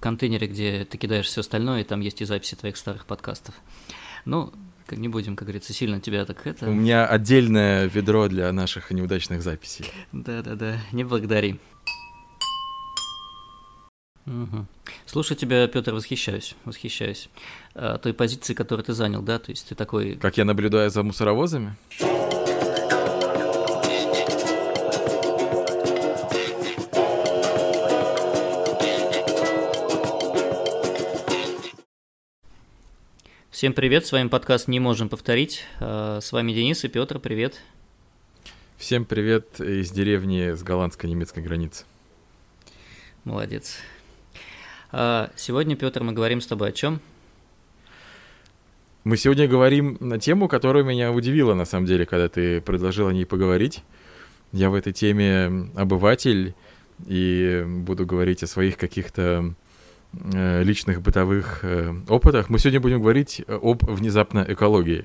контейнере, где ты кидаешь все остальное, и там есть и записи твоих старых подкастов. Ну, не будем, как говорится, сильно тебя так это... У меня отдельное ведро для наших неудачных записей. Да-да-да, не благодари. Угу. Слушай тебя, Петр, восхищаюсь той позиции, которую ты занял, да, то есть ты такой... Как я наблюдаю за мусоровозами? Всем привет, с вами подкаст «Не можем повторить», с вами Денис и Петр, привет. Всем привет из деревни с голландско-немецкой границы. Молодец. Сегодня, Петр, мы говорим с тобой о чем? Мы сегодня говорим на тему, которая меня удивила, на самом деле, когда ты предложил о ней поговорить. Я в этой теме обыватель и буду говорить о своих каких-то личных бытовых опытах. Мы сегодня будем говорить об внезапной экологии.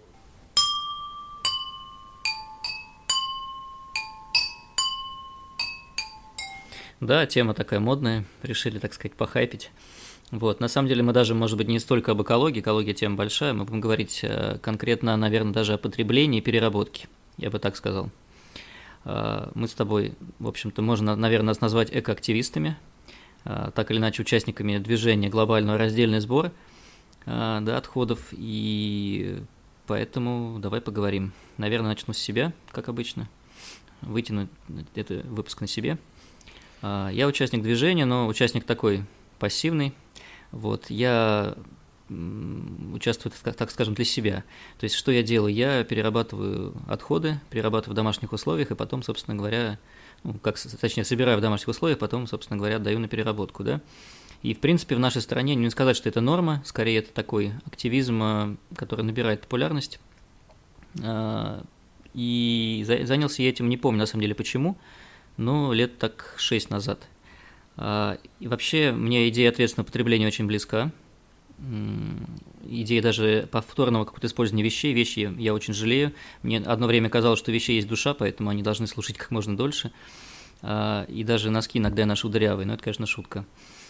Да, тема такая модная, решили, так сказать, похайпить. Вот, на самом деле мы даже, может быть, не столько об экология тема большая, мы будем говорить конкретно, наверное, даже о потреблении и переработке, я бы так сказал. Мы с тобой, в общем-то, можно, наверное, нас назвать экоактивистами, так или иначе участниками движения «Глобальный раздельный сбор» отходов, и поэтому давай поговорим. Наверное, начну с себя, как обычно, вытяну этот выпуск на себе. Я участник движения, но участник такой пассивный. Вот, я участвую, так скажем, для себя. То есть, что я делаю? Я перерабатываю отходы, перерабатываю в домашних условиях, и потом, собственно говоря, собираю в домашних условиях, потом, собственно говоря, отдаю на переработку, да. И, в принципе, в нашей стране не сказать, что это норма, скорее это такой активизм, который набирает популярность. И занялся я этим, не помню, на самом деле, почему, но лет так 6 назад. И вообще, мне идея ответственного потребления очень близка. Идея даже повторного какого-то использования вещей. Вещи я очень жалею. Мне одно время казалось, что у вещей есть душа, поэтому они должны служить как можно дольше. И даже носки иногда я ношу дырявые, но это, конечно, шутка.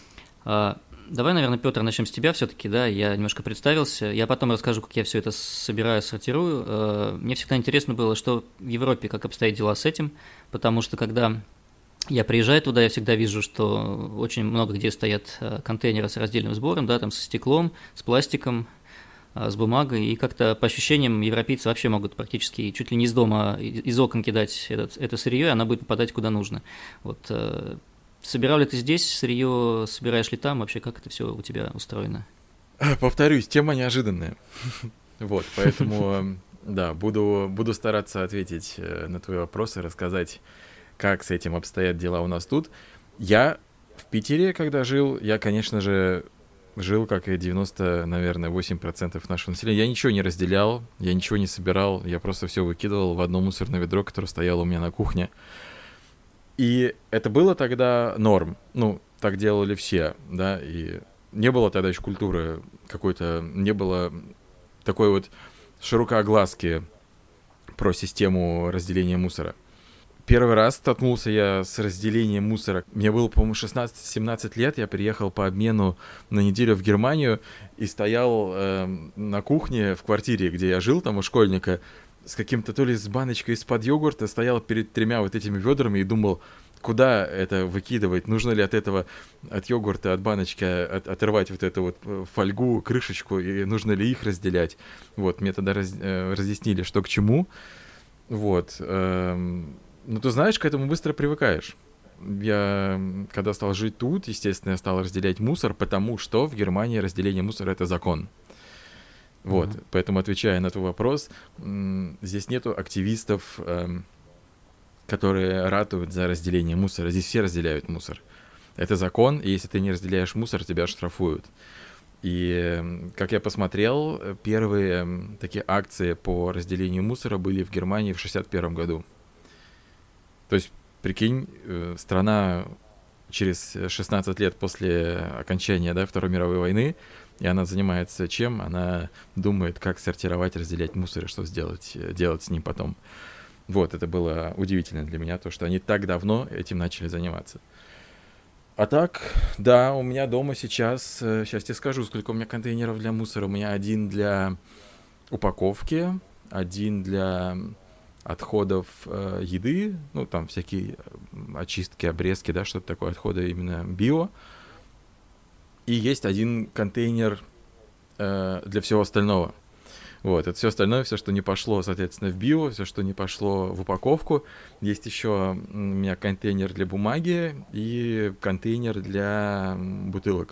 Давай, наверное, Петр, начнем с тебя все-таки, да, я немножко представился, я потом расскажу, как я все это собираю, сортирую. Мне всегда интересно было, что в Европе, как обстоят дела с этим, потому что когда я приезжаю туда, я всегда вижу, что очень много где стоят контейнеры с раздельным сбором, да, там со стеклом, с пластиком, с бумагой, и как-то по ощущениям европейцы вообще могут практически чуть ли не из дома, из окон кидать это сырье, и оно будет попадать куда нужно. Вот. Собирал ли ты здесь сырье, собираешь ли там, вообще как это все у тебя устроено? Повторюсь, тема неожиданная. Вот, поэтому, да, буду стараться ответить на твои вопросы, рассказать, как с этим обстоят дела у нас тут. Я в Питере, когда жил, я, конечно же, жил, как и 90, наверное, 8% нашего населения. Я ничего не разделял, я ничего не собирал, я просто все выкидывал в одно мусорное ведро, которое стояло у меня на кухне. И это было тогда норм. Ну, так делали все, да, и не было тогда еще культуры какой-то, не было такой вот широкой огласки про систему разделения мусора. Первый раз столкнулся я с разделением мусора. Мне было, по-моему, 16-17 лет. Я приехал по обмену на неделю в Германию и стоял на кухне в квартире, где я жил, там у школьника, с каким-то то ли с баночкой из-под йогурта, стоял перед 3 вот этими ведрами и думал, куда это выкидывать, нужно ли от этого, от йогурта, от баночки отрывать вот эту вот фольгу, крышечку, и нужно ли их разделять. Вот, мне тогда разъяснили, что к чему. Вот. Ну, ты знаешь, к этому быстро привыкаешь. Я, когда стал жить тут, естественно, я стал разделять мусор, потому что в Германии разделение мусора — это закон. Вот, поэтому, отвечая на твой вопрос, здесь нету активистов, которые ратуют за разделение мусора. Здесь все разделяют мусор. Это закон, и если ты не разделяешь мусор, тебя штрафуют. И, как я посмотрел, первые такие акции по разделению мусора были в Германии в 1961 году. То есть, прикинь, страна через 16 лет после окончания, да, Второй мировой войны, и она занимается чем? Она думает, как сортировать, разделять мусор и что делать с ним потом. Вот, это было удивительно для меня, то, что они так давно этим начали заниматься. А так, да, у меня дома сейчас тебе скажу, сколько у меня контейнеров для мусора. У меня один для упаковки, один для отходов еды, ну, там всякие очистки, обрезки, да, что-то такое, отходы именно био. И есть один контейнер для всего остального. Вот, это все остальное, все, что не пошло, соответственно, в био, все, что не пошло в упаковку. Есть еще у меня контейнер для бумаги и контейнер для бутылок.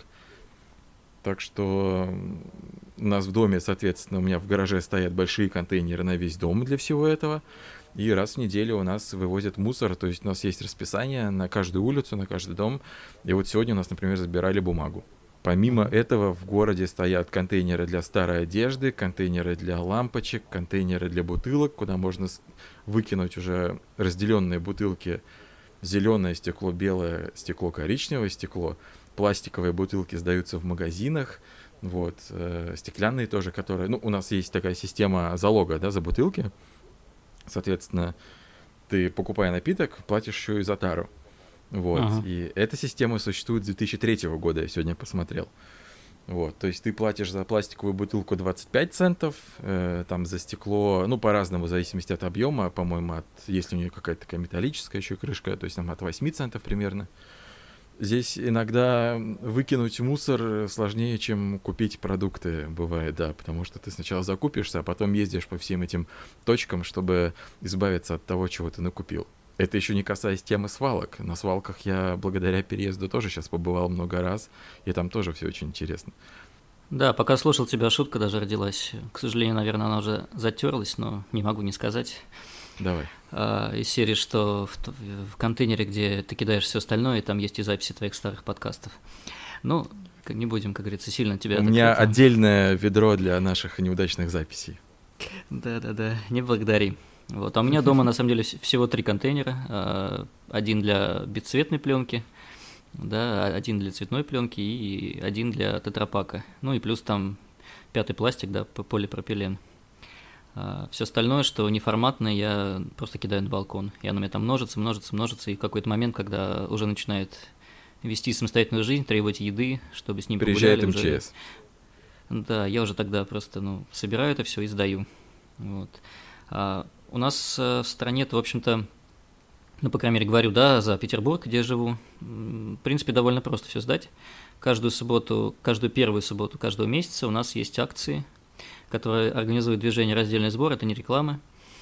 Так что у нас в доме, соответственно, у меня в гараже стоят большие контейнеры на весь дом для всего этого. И раз в неделю у нас вывозят мусор, то есть у нас есть расписание на каждую улицу, на каждый дом. И вот сегодня у нас, например, забирали бумагу. Помимо этого в городе стоят контейнеры для старой одежды, контейнеры для лампочек, контейнеры для бутылок, куда можно выкинуть уже разделенные бутылки. Зеленое стекло, белое стекло, коричневое стекло. Пластиковые бутылки сдаются в магазинах. Вот, стеклянные тоже, которые... Ну, у нас есть такая система залога, да, за бутылки. Соответственно, ты, покупая напиток, платишь еще и за тару. Вот, и эта система существует с 2003 года, я сегодня посмотрел. Вот, то есть ты платишь за пластиковую бутылку 25 центов, там за стекло, ну, по-разному, в зависимости от объема, по-моему, если у нее какая-то такая металлическая еще крышка, то есть там от 8 центов примерно. Здесь иногда выкинуть мусор сложнее, чем купить продукты, бывает, да, потому что ты сначала закупишься, а потом ездишь по всем этим точкам, чтобы избавиться от того, чего ты накупил. Это еще не касаясь темы свалок. На свалках я благодаря переезду тоже сейчас побывал много раз, и там тоже все очень интересно. Да, пока слушал тебя, шутка даже родилась. К сожалению, наверное, она уже затерлась, но не могу не сказать. Давай. Из серии, что в контейнере, где ты кидаешь все остальное, там есть и записи твоих старых подкастов. Ну, не будем, как говорится, сильно тебя... У меня отдельное ведро для наших неудачных записей. Да-да-да, не благодари. Вот. А у меня дома, на самом деле, всего 3 контейнера. Один для бесцветной пленки, да, один для цветной пленки и один для тетрапака. Ну и плюс там 5-й пластик, да, полипропилен. Все остальное, что неформатное, я просто кидаю на балкон. И оно у меня там множится, и в какой-то момент, когда уже начинает вести самостоятельную жизнь, требовать еды, чтобы с ним приезжает МЧС. Да, я уже тогда просто, собираю это все и сдаю. Вот. У нас в стране-то, в общем-то, по крайней мере, говорю, да, за Петербург, где я живу, в принципе, довольно просто все сдать. Каждую первую субботу каждого месяца у нас есть акции, которые организует движение «Раздельный сбор», это не реклама,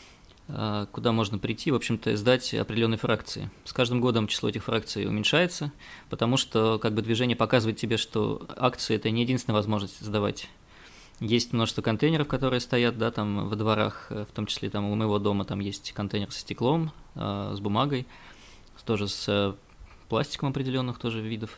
куда можно прийти, в общем-то, сдать определенные фракции. С каждым годом число этих фракций уменьшается, потому что движение показывает тебе, что акции – это не единственная возможность сдавать. Есть множество контейнеров, которые стоят, да, там во дворах, в том числе там у моего дома там есть контейнер со стеклом, с бумагой, тоже с пластиком определенных тоже видов.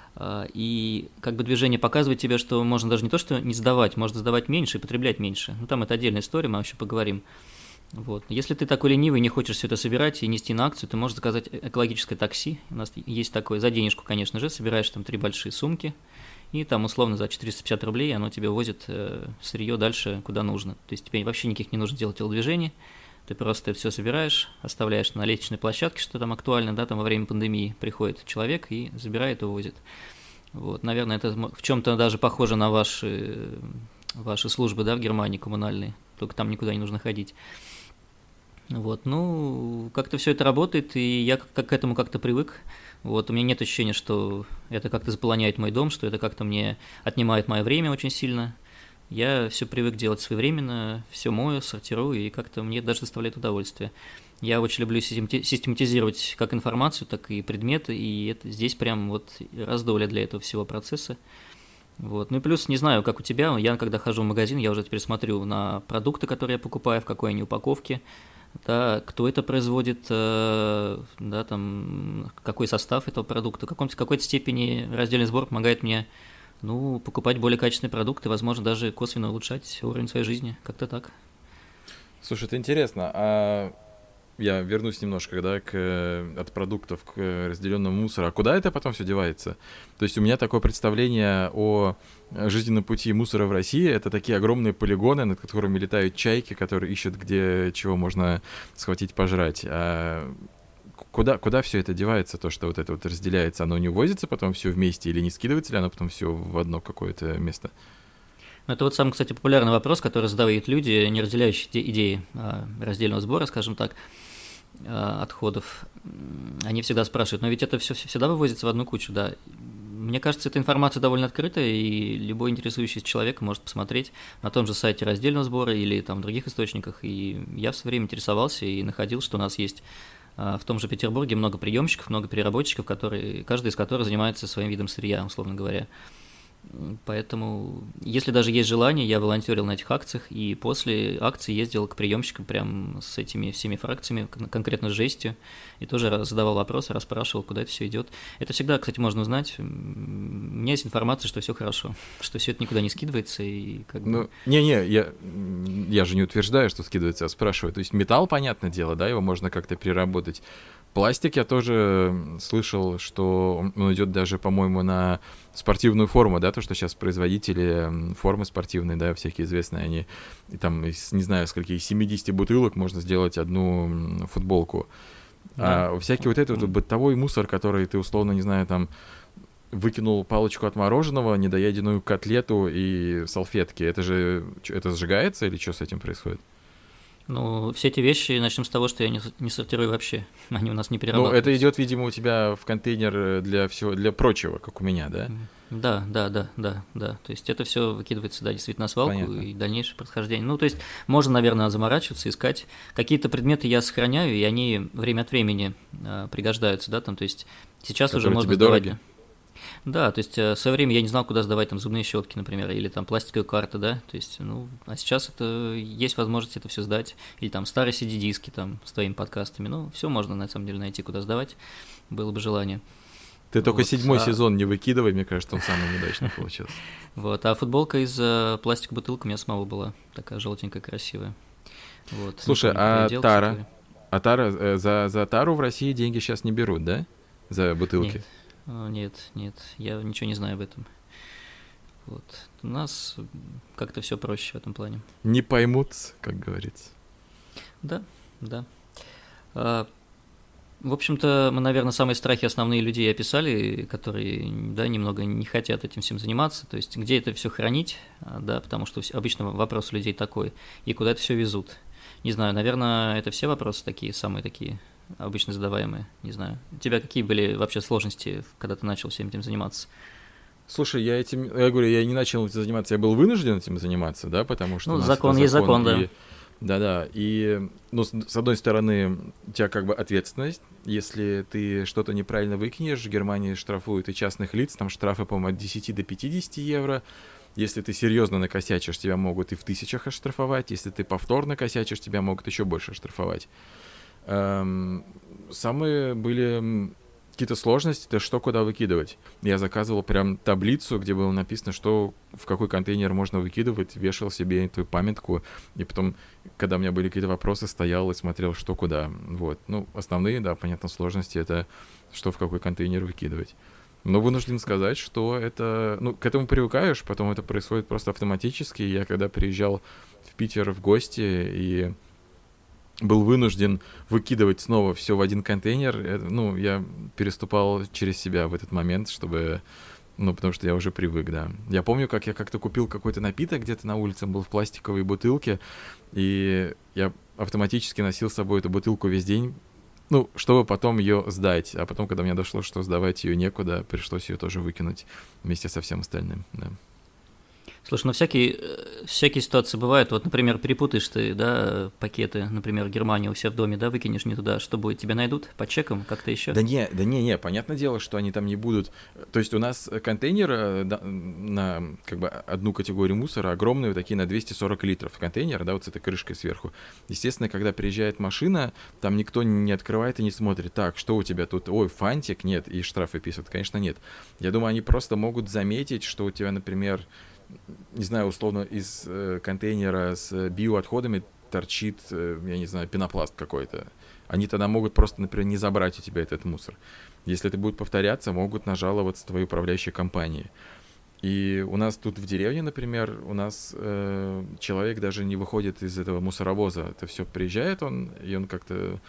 И движение показывает тебе, что можно даже не то, что не сдавать, можно сдавать меньше и потреблять меньше. Ну, там это отдельная история, мы еще поговорим. Вот. Если ты такой ленивый, не хочешь все это собирать и нести на акцию, ты можешь заказать экологическое такси. У нас есть такое, за денежку, конечно же, собираешь там 3 большие сумки, и там условно за 450 рублей оно тебе возит сырье дальше, куда нужно. То есть тебе вообще никаких не нужно делать телодвижений, ты просто все собираешь, оставляешь на лестничной площадке, что там актуально, да, там во время пандемии приходит человек и забирает и увозит. Вот, наверное, это в чем-то даже похоже на ваши службы, да, в Германии коммунальные, только там никуда не нужно ходить. Вот, как-то все это работает, и я к этому как-то привык. Вот, у меня нет ощущения, что это как-то заполоняет мой дом, что это как-то мне отнимает мое время очень сильно. Я все привык делать своевременно, все мою, сортирую, и как-то мне даже доставляет удовольствие. Я очень люблю систематизировать как информацию, так и предметы, и это здесь прям вот раздолье для этого всего процесса. Вот. Ну и плюс, не знаю, как у тебя, я когда хожу в магазин, я уже теперь смотрю на продукты, которые я покупаю, в какой они упаковке, да, кто это производит, да, там, какой состав этого продукта. В какой-то степени раздельный сбор помогает мне, покупать более качественные продукты, возможно, даже косвенно улучшать уровень своей жизни, как-то так. Слушай, это интересно, я вернусь немножко, да, от продуктов к разделенному мусору. А куда это потом все девается? То есть у меня такое представление о жизненном пути мусора в России. Это такие огромные полигоны, над которыми летают чайки, которые ищут, где чего можно схватить, пожрать. куда все это девается, то, что вот это вот разделяется, оно не увозится потом все вместе или не скидывается ли оно потом все в одно какое-то место? Ну, это вот самый, кстати, популярный вопрос, который задают люди, не разделяющие идеи раздельного сбора, скажем так, отходов. Они всегда спрашивают, но ведь это все всегда вывозится в одну кучу, да. Мне кажется, эта информация довольно открытая, и любой интересующийся человек может посмотреть на том же сайте раздельного сбора или там в других источниках. И я в свое время интересовался и находил, что у нас есть в том же Петербурге много приемщиков, много переработчиков, каждый из которых занимается своим видом сырья, условно говоря. Поэтому, если даже есть желание, я волонтерил на этих акциях, и после акции ездил к приемщикам прям с этими всеми фракциями, конкретно с жестью, и тоже задавал вопросы, расспрашивал, куда это все идет. Это всегда, кстати, можно узнать. У меня есть информация, что все хорошо, что все это никуда не скидывается, и как бы... Ну, я же не утверждаю, что скидывается, а спрашиваю. То есть металл, понятное дело, да, его можно как-то переработать. Пластик я тоже слышал, что он идет даже, по-моему, на спортивную форму, да, то, что сейчас производители формы спортивные, да, всякие известные, они, и там, не знаю, скольких, 70 бутылок можно сделать одну футболку. Да. А всякий вот этот вот бытовой мусор, который ты, условно, не знаю, там, выкинул палочку от мороженого, недоеденную котлету и салфетки, это сжигается или что с этим происходит? Ну, все эти вещи, начнем с того, что я не сортирую вообще, они у нас не перерабатываются. Ну, это идет, видимо, у тебя в контейнер для всего, для прочего, как у меня, да? Да. То есть это все выкидывается, да, действительно на свалку. Понятно. И дальнейшее происхождение. Ну, то есть можно, наверное, заморачиваться, искать. Какие-то предметы я сохраняю, и они время от времени пригождаются, да, там, то есть сейчас которые уже можно тебе сдавать. Дороги? Да, то есть в свое время я не знал, куда сдавать там зубные щетки, например, или там пластиковые карты, да, то есть, ну, а сейчас это есть возможность это все сдать, или там старые CD-диски там с твоими подкастами, ну, все можно на самом деле найти, куда сдавать, было бы желание. Ты только вот, 7-й сезон не выкидывай, мне кажется, он самый неудачный получился. Вот, а футболка из пластиковой бутылки у меня самого была такая желтенькая, красивая. Вот. Слушай, а Тара, за Тару в России деньги сейчас не берут, да? За бутылки? Нет, я ничего не знаю об этом. Вот. У нас как-то все проще в этом плане. Не поймут, как говорится. Да. В общем-то, мы, наверное, самые страхи основные людей описали, которые, да, немного не хотят этим всем заниматься. То есть, где это все хранить, да, потому что обычно вопрос у людей такой, и куда это все везут. Не знаю, наверное, это все вопросы такие, самые такие обычно задаваемые, не знаю. У тебя какие были вообще сложности, когда ты начал всем этим заниматься? Слушай, я говорю, я не начал этим заниматься, я был вынужден этим заниматься, да, потому что... Ну, закон есть закон, да. Да, и, ну, с одной стороны, у тебя как бы ответственность, если ты что-то неправильно выкинешь, в Германии штрафуют и частных лиц, там штрафы, по-моему, от 10 до 50 евро. Если ты серьезно накосячишь, тебя могут и в тысячах оштрафовать, если ты повторно косячишь, тебя могут еще больше оштрафовать. Самые были какие-то сложности, это что куда выкидывать. Я заказывал прям таблицу, где было написано, что в какой контейнер можно выкидывать, вешал себе эту памятку, и потом, когда у меня были какие-то вопросы, стоял и смотрел, что куда. Вот. Ну, основные, да, понятно, сложности — это что в какой контейнер выкидывать. Но вынужден сказать, что это... Ну, к этому привыкаешь, потом это происходит просто автоматически. Я когда приезжал в Питер в гости и был вынужден выкидывать снова все в один контейнер, ну, я переступал через себя в этот момент, чтобы... Ну, потому что я уже привык, да. Я помню, как я как-то купил какой-то напиток где-то на улице, он был в пластиковой бутылке, и я автоматически носил с собой эту бутылку весь день, ну, чтобы потом ее сдать. А потом, когда мне дошло, что сдавать ее некуда, пришлось ее тоже выкинуть вместе со всем остальным, да. Слушай, ну всякие ситуации бывают. Вот, например, перепутаешь ты, да, пакеты, например, в Германии у себя в доме, да, выкинешь не туда, что будет, тебя найдут по чекам как-то еще? Да не, понятное дело, что они там не будут. То есть у нас контейнер на как бы одну категорию мусора огромные, такие на 240 литров контейнер, да, вот с этой крышкой сверху. Естественно, когда приезжает машина, там никто не открывает и не смотрит, так, что у тебя тут, ой, фантик, нет, и штрафы пишут, конечно, нет. Я думаю, они просто могут заметить, что у тебя, например, не знаю, условно, из контейнера с биоотходами торчит, я не знаю, пенопласт какой-то. Они тогда могут просто, например, не забрать у тебя этот мусор. Если это будет повторяться, могут нажаловаться твоей управляющей компании. И у нас тут в деревне, например, у нас человек даже не выходит из этого мусоровоза. Это все приезжает он, и он как-то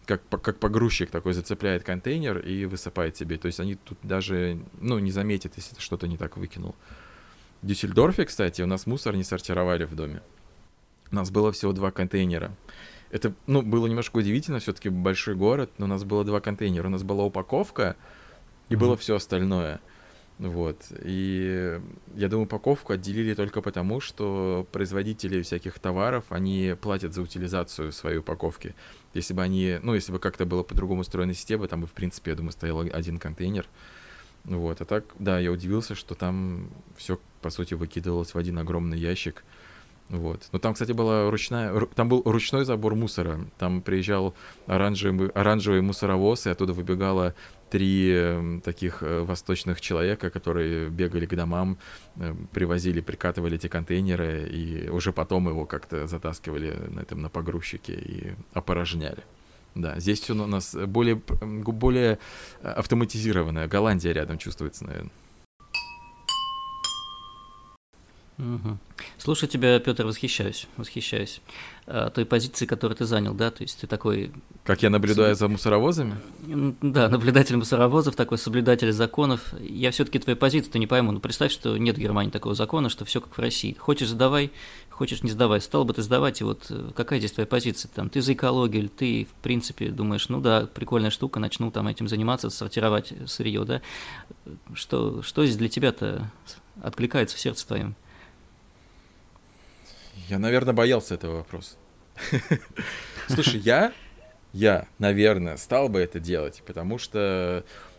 как погрузчик такой зацепляет контейнер и высыпает себе. То есть они тут даже, не заметят, если ты что-то не так выкинул. В Дюссельдорфе, кстати, у нас мусор не сортировали в доме. У нас было всего 2 контейнера. Это, было немножко удивительно, все-таки большой город, но у нас было 2 контейнера. У нас была упаковка, и было все остальное. Вот. И я думаю, упаковку отделили только потому, что производители всяких товаров, они платят за утилизацию своей упаковки. Если бы как-то было по-другому устроена система, там бы, в принципе, я думаю, стоял 1 контейнер. Вот. А так, да, я удивился, что там все, по сути, выкидывалось в 1 огромный ящик. Вот. Но там, кстати, там был ручной забор мусора. Там приезжал оранжевый мусоровоз, и оттуда выбегало 3 таких восточных человека, которые бегали к домам, прикатывали эти контейнеры, и уже потом его как-то затаскивали на погрузчике и опорожняли. Да, здесь все у нас более автоматизированное. Голландия рядом чувствуется, наверное. Угу. Слушай тебя, Петр, восхищаюсь той позиции, которую ты занял, да, то есть ты такой... Как я наблюдаю за мусоровозами? Да, наблюдатель мусоровозов, такой соблюдатель законов. Я все-таки твою позицию-то не пойму, представь, что нет в Германии такого закона, что все как в России. Хочешь – сдавай, хочешь – не сдавай. Стал бы ты сдавать, и вот какая здесь твоя позиция? Ты за экологию, или ты, в принципе, думаешь, прикольная штука, начну этим заниматься, сортировать сырье, да? Что здесь для тебя-то откликается в сердце твоем? Я, наверное, боялся этого вопроса. Слушай, я, наверное, стал бы это делать, потому что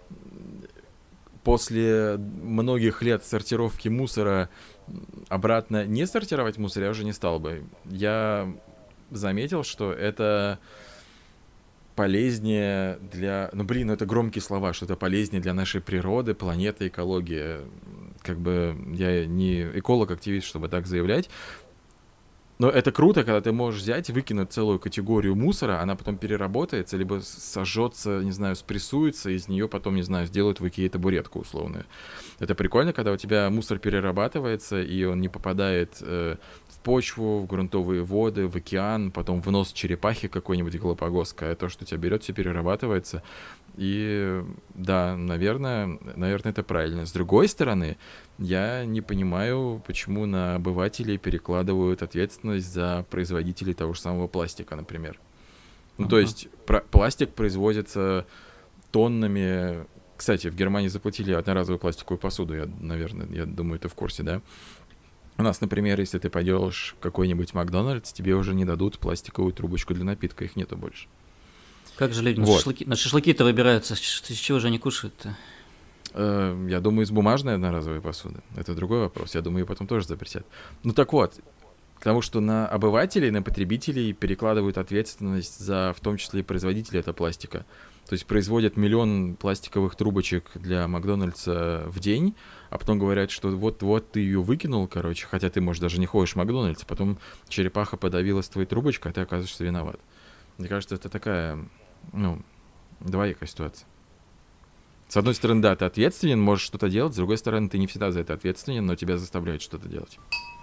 после многих лет сортировки мусора обратно не сортировать мусор я уже не стал бы. Я заметил, что это полезнее для... это громкие слова, что это полезнее для нашей природы, планеты, экологии. Я не эколог-активист, чтобы так заявлять. Но это круто, когда ты можешь взять и выкинуть целую категорию мусора, она потом переработается, либо сожжется, не знаю, спрессуется, из нее потом, не знаю, сделают в Икее табуретку условную. Это прикольно, когда у тебя мусор перерабатывается, и он не попадает в почву, в грунтовые воды, в океан, потом в нос черепахи какой-нибудь галапагосской, а то, что тебя берет, все перерабатывается. И да, наверное, это правильно. С другой стороны, я не понимаю, почему на обывателей перекладывают ответственность за производителей того же самого пластика, например. То есть пластик производится тоннами. Кстати, в Германии запретили одноразовую пластиковую посуду, я думаю, ты в курсе, да? У нас, например, если ты пойдешь в какой-нибудь Макдональдс, тебе уже не дадут пластиковую трубочку для напитка, их нету больше. Как же люди на шашлыки-то выбираются, с чего же они кушают-то? Я думаю, из бумажной одноразовой посуды. Это другой вопрос. Я думаю, ее потом тоже запретят. Так вот, к тому, что на обывателей, на потребителей перекладывают ответственность за, в том числе и производителей этого пластика. То есть производят 1 миллион пластиковых трубочек для Макдональдса в день, а потом говорят, что вот ты ее выкинул, хотя ты, может, даже не ходишь в Макдональдс, потом черепаха подавилась твоей трубочкой, а ты оказываешься виноват. Мне кажется, это такая, двоякая ситуация. С одной стороны, да, ты ответственен, можешь что-то делать, с другой стороны, ты не всегда за это ответственен, но тебя заставляют что-то делать.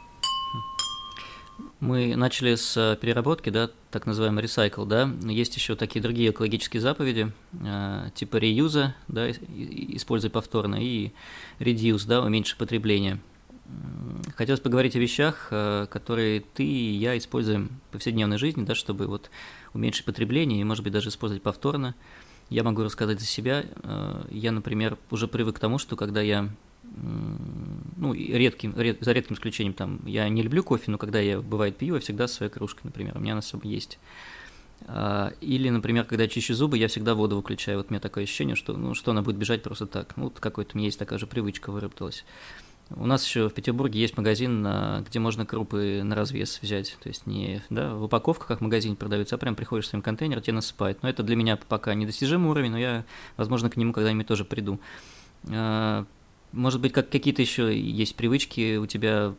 Мы начали с переработки, да, так называемый recycle, да. Есть еще такие другие экологические заповеди, типа реюза, да, используй повторно, и reduce, да, уменьши потребление. Хотелось поговорить о вещах, которые ты и я используем в повседневной жизни, да, чтобы уменьшить потребление и, может быть, даже использовать повторно. Я могу рассказать за себя. Я, например, уже привык к тому, что когда я, за редким исключением, я не люблю кофе, но когда я, бывает, пью, я всегда со своей кружкой, например, у меня она с собой есть. Или, например, когда я чищу зубы, я всегда воду выключаю. Вот у меня такое ощущение, что, что она будет бежать просто так. Какой-то у меня есть такая же привычка выработалась. У нас еще в Петербурге есть магазин, где можно крупы на развес взять. То есть не в упаковках, как в магазине продаются, а прям приходишь в своим контейнер, тебе насыпают. Но это для меня пока недостижимый уровень, но я, возможно, к нему когда-нибудь тоже приду. Может быть, какие-то еще есть привычки у тебя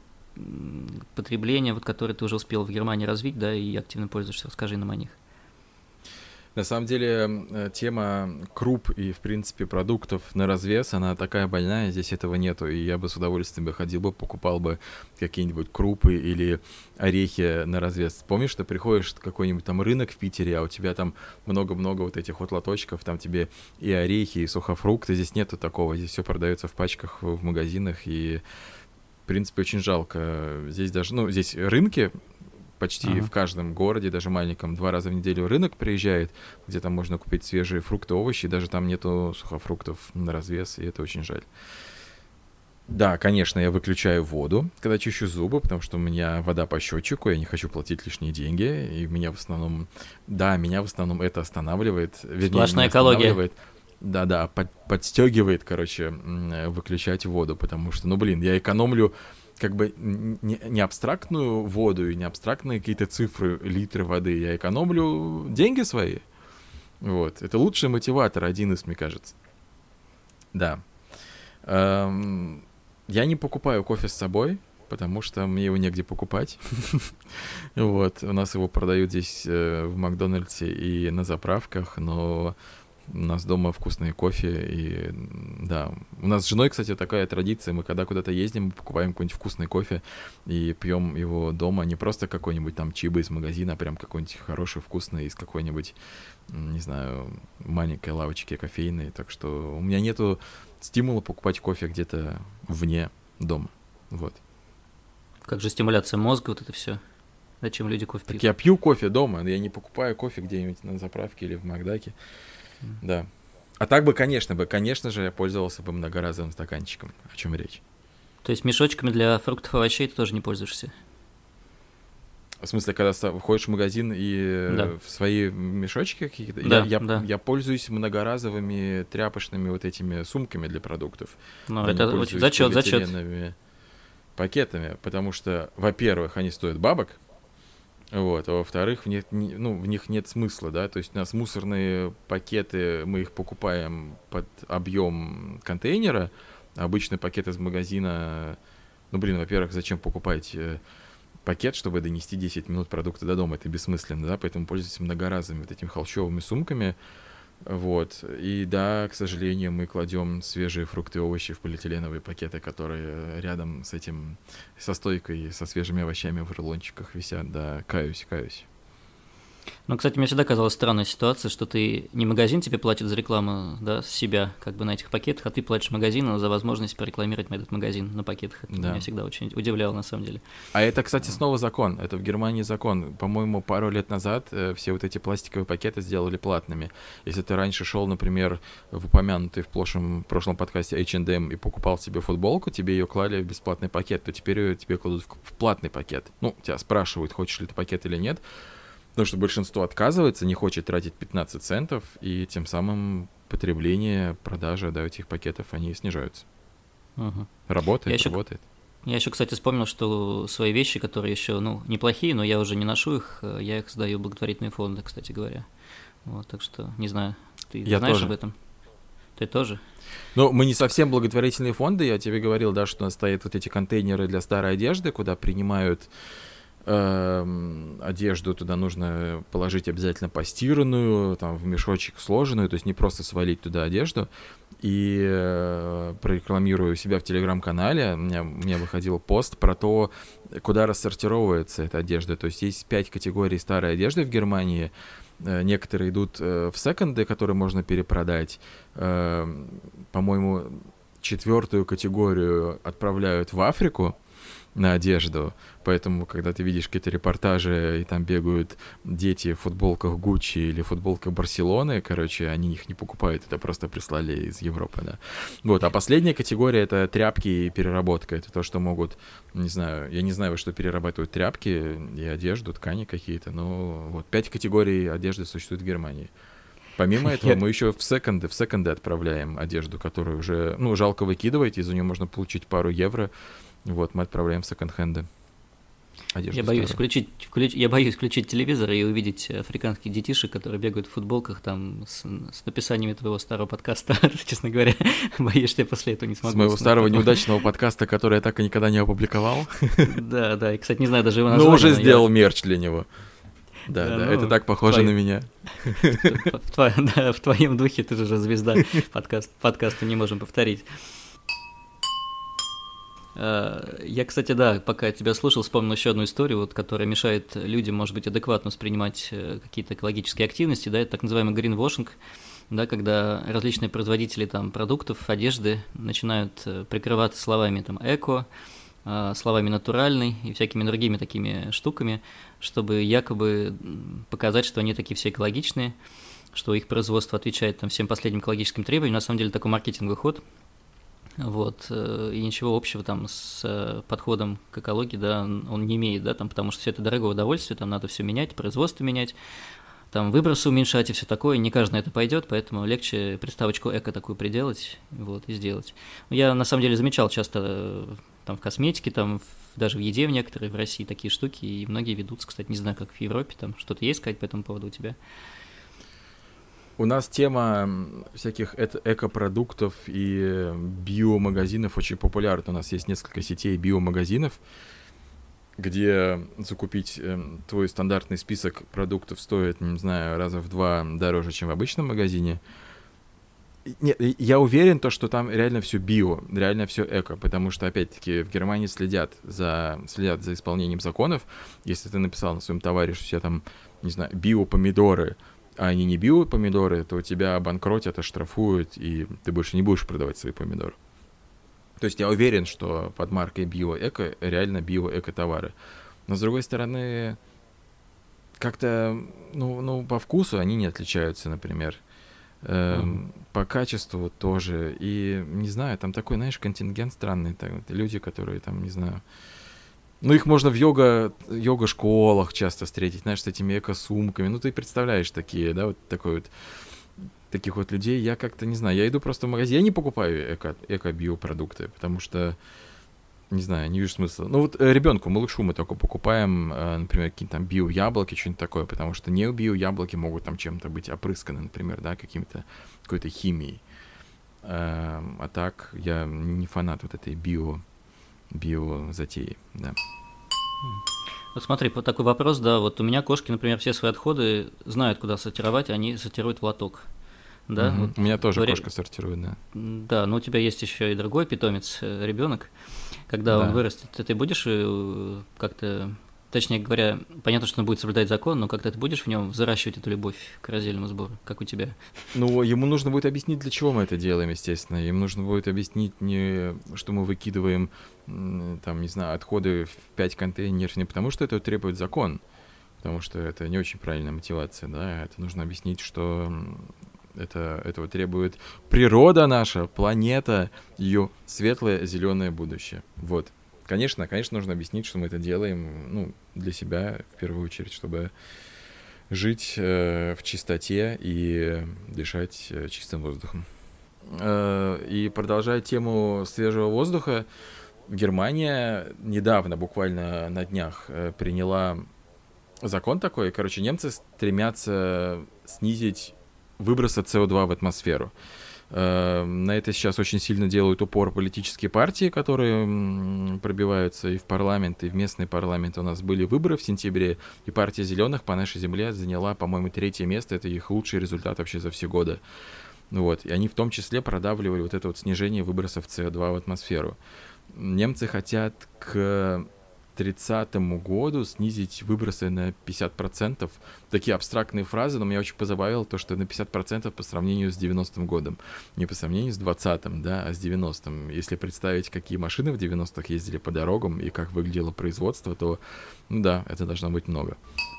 потребления, которые ты уже успел в Германии развить, да, и активно пользуешься. Расскажи нам о них. На самом деле, тема круп и, в принципе, продуктов на развес, она такая больная, здесь этого нету, и я бы с удовольствием ходил бы, покупал бы какие-нибудь крупы или орехи на развес. Помнишь, ты приходишь в какой-нибудь там рынок в Питере, а у тебя там много-много вот этих вот лоточков, там тебе и орехи, и сухофрукты, здесь нету такого, здесь все продается в пачках в магазинах, и, в принципе, очень жалко. Здесь даже, ну, здесь рынки, почти в каждом городе, даже маленьком, 2 раза в неделю рынок приезжает, где там можно купить свежие фрукты, овощи, даже там нету сухофруктов на развес, и это очень жаль. Да, конечно, я выключаю воду, когда чищу зубы, потому что у меня вода по счетчику, я не хочу платить лишние деньги, и меня в основном это останавливает. Вернее, сплошная экология. Да-да, подстегивает, короче, выключать воду, потому что, ну, блин, я экономлю как бы не абстрактную воду и не абстрактные какие-то цифры, литры воды, я экономлю деньги свои. Вот, это лучший мотиватор, один из, мне кажется. Да. Я не покупаю кофе с собой, потому что мне его негде покупать. Вот, у нас его продают здесь в Макдональдсе и на заправках, но у нас дома вкусные кофе, и да, у нас с женой, кстати, такая традиция, мы когда куда-то ездим, мы покупаем какой-нибудь вкусный кофе и пьем его дома, не просто какой-нибудь там чибо из магазина, а прям какой-нибудь хороший, вкусный из какой-нибудь, не знаю, маленькой лавочки кофейной, так что у меня нету стимула покупать кофе где-то вне дома, вот. Как же стимуляция мозга, вот это все. Зачем люди кофе пьют? Так я пью кофе дома, я не покупаю кофе где-нибудь на заправке или в Макдаке. Да. А так бы, конечно же, я пользовался бы многоразовым стаканчиком. О чем речь? То есть мешочками для фруктов и овощей ты тоже не пользуешься? В смысле, когда входишь в магазин и в свои мешочки какие-то? Да, я пользуюсь многоразовыми тряпочными вот этими сумками для продуктов. Ну, это очень зачет. Пакетами, потому что, во-первых, они стоят бабок, вот, а во-вторых, в них нет смысла, да, то есть у нас мусорные пакеты, мы их покупаем под объем контейнера, а обычный пакет из магазина, ну, блин, во-первых, зачем покупать пакет, чтобы донести 10 минут продукта до дома, это бессмысленно, да, поэтому пользуйтесь многоразовыми вот этими холщовыми сумками, вот, и да, к сожалению, мы кладем свежие фрукты и овощи в полиэтиленовые пакеты, которые рядом с этим, со стойкой, со свежими овощами в рулончиках висят, да, каюсь. Ну, кстати, мне всегда казалась странная ситуация, что ты не магазин тебе платит за рекламу, да, с себя, как бы на этих пакетах, а ты платишь магазину за возможность порекламировать этот магазин на пакетах. Это меня всегда очень удивляло, на самом деле. А это, кстати, снова закон. Это в Германии закон. По-моему, пару лет назад все вот эти пластиковые пакеты сделали платными. Если ты раньше шел, например, в упомянутый в прошлом подкасте H&M и покупал себе футболку, тебе ее клали в бесплатный пакет, то теперь ее тебе кладут в платный пакет. Ну, тебя спрашивают, хочешь ли ты пакет или нет. Потому что большинство отказывается, не хочет тратить 15 центов, и тем самым потребление, продажа, да, этих пакетов, они снижаются. Работает. Я еще, кстати, вспомнил, что свои вещи, которые еще, неплохие, но я уже не ношу их, я их сдаю в благотворительные фонды, кстати говоря. Вот, так что, не знаю, ты знаешь об этом? Ты тоже? Ну, мы не совсем благотворительные фонды, я тебе говорил, да, что у нас стоят вот эти контейнеры для старой одежды, куда принимают одежду, туда нужно положить обязательно постиранную, там, в мешочек сложенную, то есть не просто свалить туда одежду. И прорекламирую себя в телеграм-канале, у меня выходил пост про то, куда рассортировывается эта одежда. То есть есть 5 категорий старой одежды в Германии, некоторые идут в секонды, которые можно перепродать. По-моему, 4-ю категорию отправляют в Африку на одежду, поэтому, когда ты видишь какие-то репортажи, и там бегают дети в футболках Гуччи или футболках Барселоны, короче, они их не покупают, это просто прислали из Европы, да. Вот, а последняя категория — это тряпки и переработка, это то, что могут, не знаю, я не знаю, во что перерабатывают тряпки и одежду, ткани какие-то, но вот 5 категорий одежды существует в Германии. Помимо этого, мы еще в секонды отправляем одежду, которую уже, жалко выкидывать, и за нее можно получить пару евро. Вот, мы отправляем в секонд-хенды. Я боюсь включить телевизор и увидеть африканских детишек, которые бегают в футболках там с написаниями твоего старого подкаста, честно говоря. Боюсь, что я после этого не смогу. С моего старого неудачного подкаста, который я так и никогда не опубликовал. Да, и, кстати, не знаю даже его название. Но уже сделал мерч для него. Да, Да, да, ну, это так похоже на меня. Да, в твоем духе ты же звезда подкаста не можем повторить. Я, кстати, да, пока тебя слушал, вспомнил еще одну историю, вот, которая мешает людям, может быть, адекватно воспринимать какие-то экологические активности, да, это так называемый greenwashing, да, когда различные производители там продуктов, одежды начинают прикрываться словами там эко, словами натуральный и всякими другими такими штуками, чтобы якобы показать, что они такие все экологичные, что их производство отвечает там всем последним экологическим требованиям. На самом деле такой маркетинговый ход. Вот, и ничего общего там с подходом к экологии, да, он не имеет, да, там, потому что все это дорогое удовольствие, там надо все менять, производство менять, там выбросы уменьшать и все такое, не каждый на это пойдет, поэтому легче приставочку эко такую приделать, вот, и сделать. Я на самом деле замечал часто там в косметике, там даже в еде в некоторые в России такие штуки, и многие ведутся, кстати, не знаю, как в Европе, там что-то есть сказать по этому поводу у тебя? У нас тема всяких экопродуктов и биомагазинов очень популярна. У нас есть несколько сетей биомагазинов, где закупить твой стандартный список продуктов стоит, не знаю, раза в 2 дороже, чем в обычном магазине. Нет, я уверен, что там реально все био, реально все эко, потому что, опять-таки, в Германии следят за исполнением законов. Если ты написал на своем товаре, что у тебя там, не знаю, биопомидоры, а они не биопомидоры, то тебя обанкротят, оштрафуют, и ты больше не будешь продавать свои помидоры. То есть я уверен, что под маркой био-эко реально био-эко товары. Но с другой стороны, как-то, по вкусу они не отличаются, например. По качеству тоже. И, не знаю, там такой, знаешь, контингент странный. Люди, которые там, не знаю... их можно в йога-школах часто встретить, знаешь, с этими эко-сумками. Ты представляешь такие, да, вот таких вот людей. Я как-то, не знаю, я иду просто в магазин, я не покупаю эко-биопродукты, потому что, не знаю, не вижу смысла. Ребенку, малышу мы только покупаем, например, какие-то там био-яблоки, что-нибудь такое, потому что не био-яблоки могут там чем-то быть опрысканы, например, да, какой-то химией. А так, я не фанат вот этой био-затеи, да. Вот смотри, вот такой вопрос, да, вот у меня кошки, например, все свои отходы знают, куда сортировать, они сортируют в лоток, да. Вот у меня тоже говоря... кошка сортирует, да. Да, но у тебя есть еще и другой питомец, ребенок. Когда он вырастет, ты будешь как-то, точнее говоря, понятно, что он будет соблюдать закон, но как-то ты будешь в нем взращивать эту любовь к раздельному сбору, как у тебя? Ему нужно будет объяснить, для чего мы это делаем, естественно. Ему нужно будет объяснить, что мы выкидываем, там, не знаю, отходы в 5 контейнеров, не потому что это требует закон, потому что это не очень правильная мотивация, да, это нужно объяснить, что этого требует природа наша, планета, ее светлое зеленое будущее. Вот. Конечно, нужно объяснить, что мы это делаем, для себя, в первую очередь, чтобы жить в чистоте и дышать чистым воздухом. И продолжая тему свежего воздуха, Германия недавно, буквально на днях, приняла закон такой. Немцы стремятся снизить выбросы СО2 в атмосферу. На это сейчас очень сильно делают упор политические партии, которые пробиваются и в парламент, и в местный парламент. У нас были выборы в сентябре, и партия «Зеленых» по нашей земле заняла, по-моему, 3-е место. Это их лучший результат вообще за все годы. И они в том числе продавливали вот это вот снижение выбросов СО2 в атмосферу. Немцы хотят к 30-му году снизить выбросы на 50%. Такие абстрактные фразы, но меня очень позабавило то, что на 50% по сравнению с 90-м годом. Не по сравнению с 20-м, да, а с 90-м. Если представить, какие машины в 90-х ездили по дорогам и как выглядело производство, то, это должно быть много.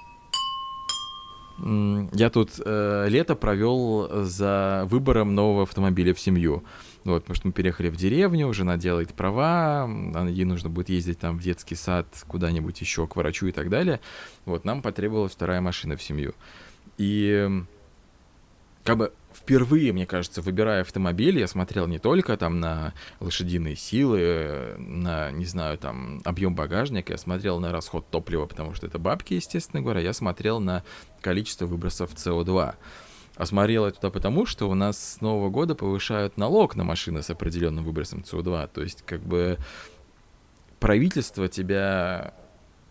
Я тут лето провел за выбором нового автомобиля в семью. Потому что мы переехали в деревню, жена делает права, ей нужно будет ездить там в детский сад, куда-нибудь еще, к врачу и так далее. Нам потребовалась вторая машина в семью. И впервые, мне кажется, выбирая автомобиль, я смотрел не только там на лошадиные силы, на, не знаю, там, объем багажника, я смотрел на расход топлива, потому что это бабки, естественно говоря, я смотрел на количество выбросов СО2. А смотрел я туда потому, что у нас с Нового года повышают налог на машины с определенным выбросом СО2. То есть, правительство тебя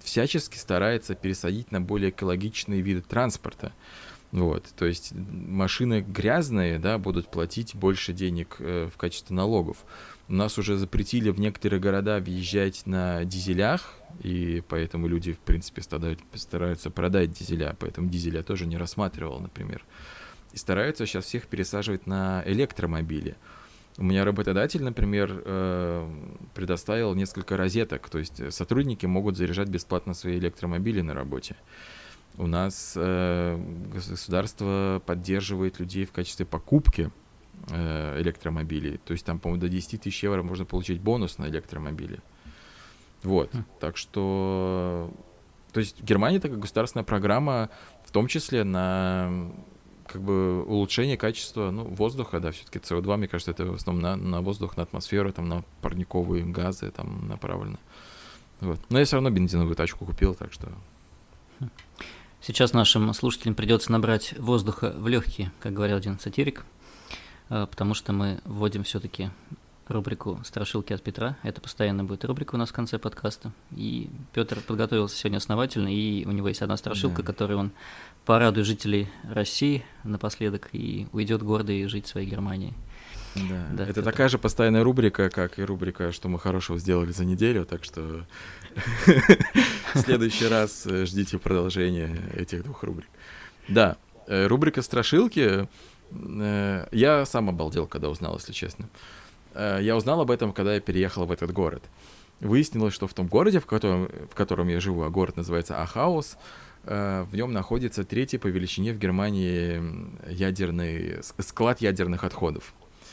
всячески старается пересадить на более экологичные виды транспорта. Вот, то есть машины грязные, да, будут платить больше денег в качестве налогов. У нас уже запретили в некоторые города въезжать на дизелях, и поэтому люди, в принципе, стараются продать дизеля, поэтому дизеля тоже не рассматривал, например. И стараются сейчас всех пересаживать на электромобили. У меня работодатель, например, предоставил несколько розеток, то есть сотрудники могут заряжать бесплатно свои электромобили на работе. У нас государство поддерживает людей в качестве покупки электромобилей. То есть там, по-моему, до 10 тысяч евро можно получить бонус на электромобили. Вот. Так что... То есть Германия такая государственная программа, в том числе на как бы улучшение качества воздуха, да, все-таки СО2, мне кажется, это в основном на воздух, на атмосферу, там, на парниковые газы там направлено. Вот. Но я все равно бензиновую тачку купил, так что... Сейчас нашим слушателям придется набрать воздуха в легкие, как говорил один сатирик, потому что мы вводим все-таки рубрику «Страшилки от Петра». Это постоянно будет рубрика у нас в конце подкаста. И Петр подготовился сегодня основательно, и у него есть одна страшилка, которой он порадует жителей России напоследок и уйдет гордый жить в своей Германии. Да, это Петр. Такая же постоянная рубрика, как и рубрика «Что мы хорошего сделали за неделю», так что в следующий раз ждите продолжения этих двух рубрик. Да, рубрика «Страшилки». Я сам обалдел, когда узнал, если честно. Я узнал об этом, когда я переехал в этот город. Выяснилось, что в том городе, в котором я живу, а город называется Ахаус, в нем находится 3-й по величине в Германии склад ядерных отходов.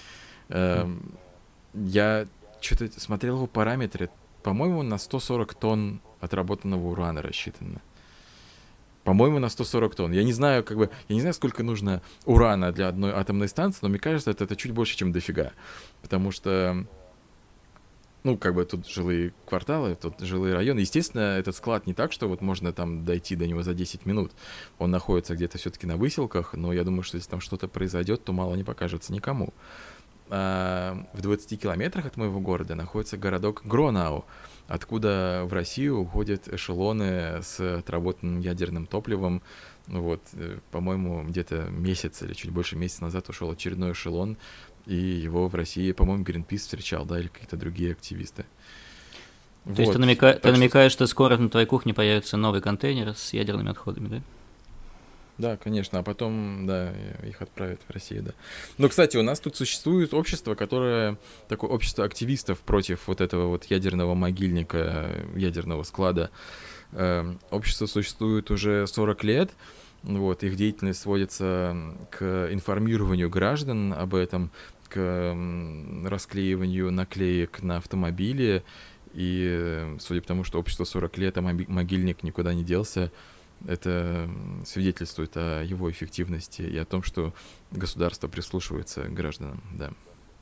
Я что-то смотрел его параметры. По-моему, на 140 тонн отработанного урана рассчитано. По-моему, на 140 тонн. Я не знаю, сколько нужно урана для одной атомной станции, но мне кажется, это чуть больше, чем дофига. Потому что, тут жилые кварталы, тут жилые районы. Естественно, этот склад не так, что вот можно там дойти до него за 10 минут. Он находится где-то все-таки на выселках, но я думаю, что если там что-то произойдет, то мало не покажется никому. В 20 километрах от моего города находится городок Гронау, откуда в Россию уходят эшелоны с отработанным ядерным топливом. По-моему, где-то месяц или чуть больше месяца назад ушел очередной эшелон, и его в России, по-моему, Гринпис встречал, да, или какие-то другие активисты. То есть ты намекаешь, что скоро на твоей кухне появится новый контейнер с ядерными отходами, да? Да, конечно, а потом, да, их отправят в Россию, да. Но, кстати, у нас тут существует общество, такое общество активистов против вот этого вот ядерного могильника, ядерного склада. Общество существует уже 40 лет, их деятельность сводится к информированию граждан об этом, к расклеиванию наклеек на автомобили, и судя по тому, что общество 40 лет, а могильник никуда не делся, это свидетельствует о его эффективности и о том, что государство прислушивается к гражданам, да.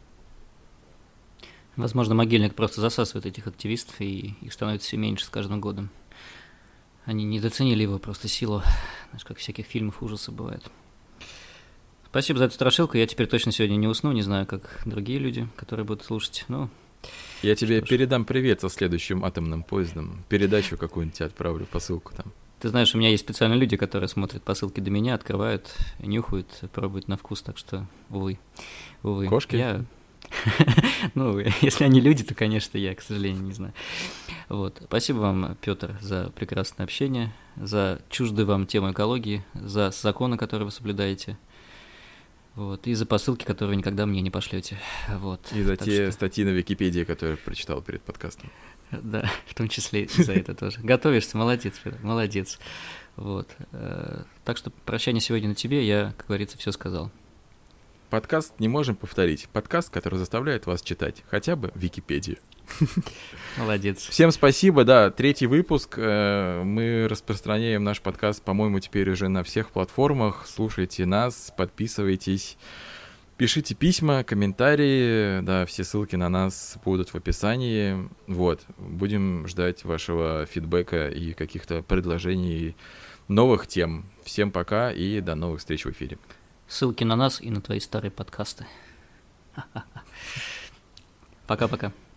Возможно, могильник просто засасывает этих активистов, и их становится все меньше с каждым годом. Они недооценили его просто силу, знаешь, как в всяких фильмах ужаса бывает. Спасибо за эту страшилку, я теперь точно сегодня не усну, не знаю, как другие люди, которые будут слушать, Я тебе передам привет со следующим атомным поездом, передачу какую-нибудь тебе отправлю, посылку там. Ты знаешь, у меня есть специальные люди, которые смотрят посылки до меня, открывают, нюхают, пробуют на вкус, так что, увы. Кошки? Если они люди, то, конечно, я, к сожалению, не знаю. Спасибо вам, Петр, за прекрасное общение, за чуждую вам тему экологии, за законы, которые вы соблюдаете, и за посылки, которые вы никогда мне не пошлете. И за те статьи на Википедии, которые прочитал перед подкастом. Да, в том числе и за это тоже. Готовишься, молодец, Петр, молодец. Так что прощание сегодня на тебе, я, как говорится, все сказал. Подкаст не можем повторить. Подкаст, который заставляет вас читать хотя бы Википедию. Молодец. Всем спасибо, да, 3-й выпуск. Мы распространяем наш подкаст, по-моему, теперь уже на всех платформах. Слушайте нас, подписывайтесь. Пишите письма, комментарии, да, все ссылки на нас будут в описании. Будем ждать вашего фидбэка и каких-то предложений, новых тем. Всем пока и до новых встреч в эфире. Ссылки на нас и на твои старые подкасты. Пока-пока.